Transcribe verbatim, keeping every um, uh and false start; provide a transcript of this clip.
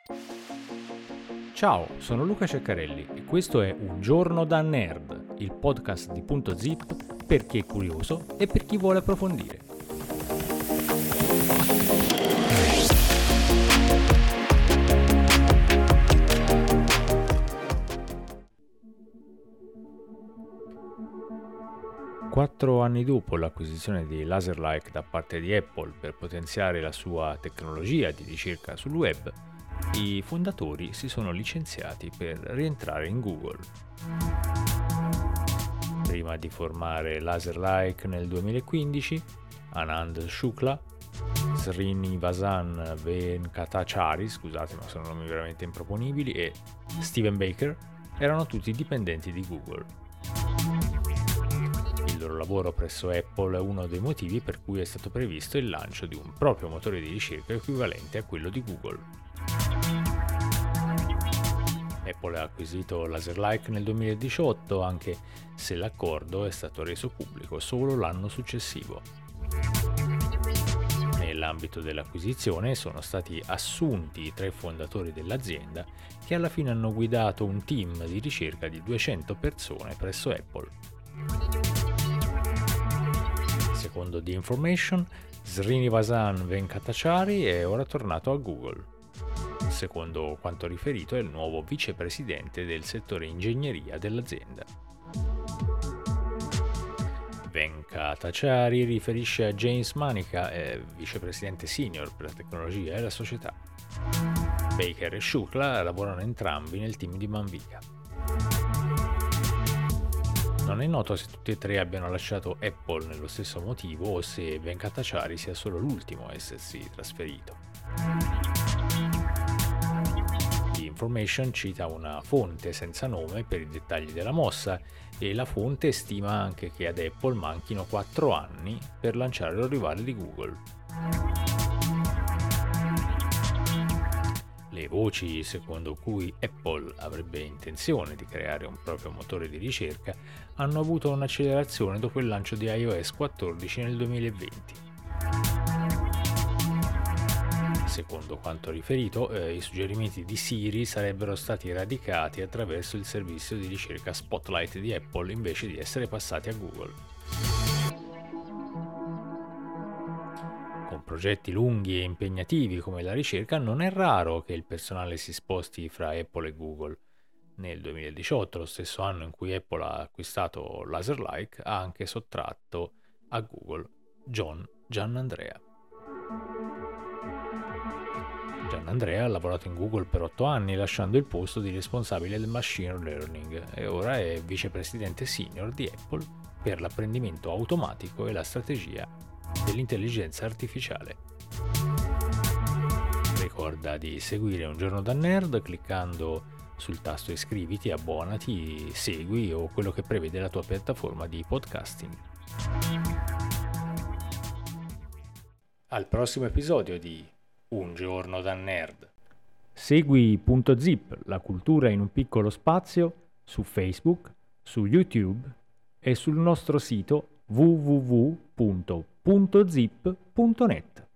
Ciao, sono Luca Ceccarelli e questo è Un giorno da nerd, il podcast di Punto Zip per chi è curioso e per chi vuole approfondire. Quattro anni dopo l'acquisizione di Laserlike da parte di Apple per potenziare la sua tecnologia di ricerca sul web, i fondatori si sono licenziati per rientrare in Google. Prima di formare Laserlike nel duemilaquindici, Anand Shukla, Srinivasan Venkatachari, scusate ma sono nomi veramente improponibili, e Stephen Baker erano tutti dipendenti di Google. Il loro lavoro presso Apple è uno dei motivi per cui è stato previsto il lancio di un proprio motore di ricerca equivalente a quello di Google. Apple ha acquisito Laserlike nel duemiladiciotto, anche se l'accordo è stato reso pubblico solo l'anno successivo. Nell'ambito dell'acquisizione sono stati assunti i tre fondatori dell'azienda, che alla fine hanno guidato un team di ricerca di duecento persone presso Apple. Secondo The Information, Srinivasan Venkatachari è ora tornato a Google. Secondo quanto riferito, è il nuovo vicepresidente del settore ingegneria dell'azienda. Venkatachari riferisce a James Manica, è vicepresidente senior per la tecnologia e la società. Baker e Shukla lavorano entrambi nel team di Manvika. Non è noto se tutti e tre abbiano lasciato Apple nello stesso motivo o se Venkatachari sia solo l'ultimo a essersi trasferito. The Information cita una fonte senza nome per i dettagli della mossa e la fonte stima anche che ad Apple manchino quattro anni per lanciare il rivale di Google. Le voci secondo cui Apple avrebbe intenzione di creare un proprio motore di ricerca hanno avuto un'accelerazione dopo il lancio di iOS quattordici nel duemilaventi. Secondo quanto riferito, eh, i suggerimenti di Siri sarebbero stati radicati attraverso il servizio di ricerca Spotlight di Apple invece di essere passati a Google. Con progetti lunghi e impegnativi come la ricerca, non è raro che il personale si sposti fra Apple e Google. Nel duemiladiciotto, lo stesso anno in cui Apple ha acquistato Laserlike, ha anche sottratto a Google John Giannandrea. Giannandrea ha lavorato in Google per otto anni, lasciando il posto di responsabile del machine learning, e ora è vicepresidente senior di Apple per l'apprendimento automatico e la strategia dell'intelligenza artificiale. Ricorda di seguire Un giorno da nerd cliccando sul tasto iscriviti, abbonati, segui o quello che prevede la tua piattaforma di podcasting. Al prossimo episodio di Un giorno da nerd. Segui Punto Zip, la cultura in un piccolo spazio, su Facebook, su YouTube e sul nostro sito w w w punto punto zip punto net.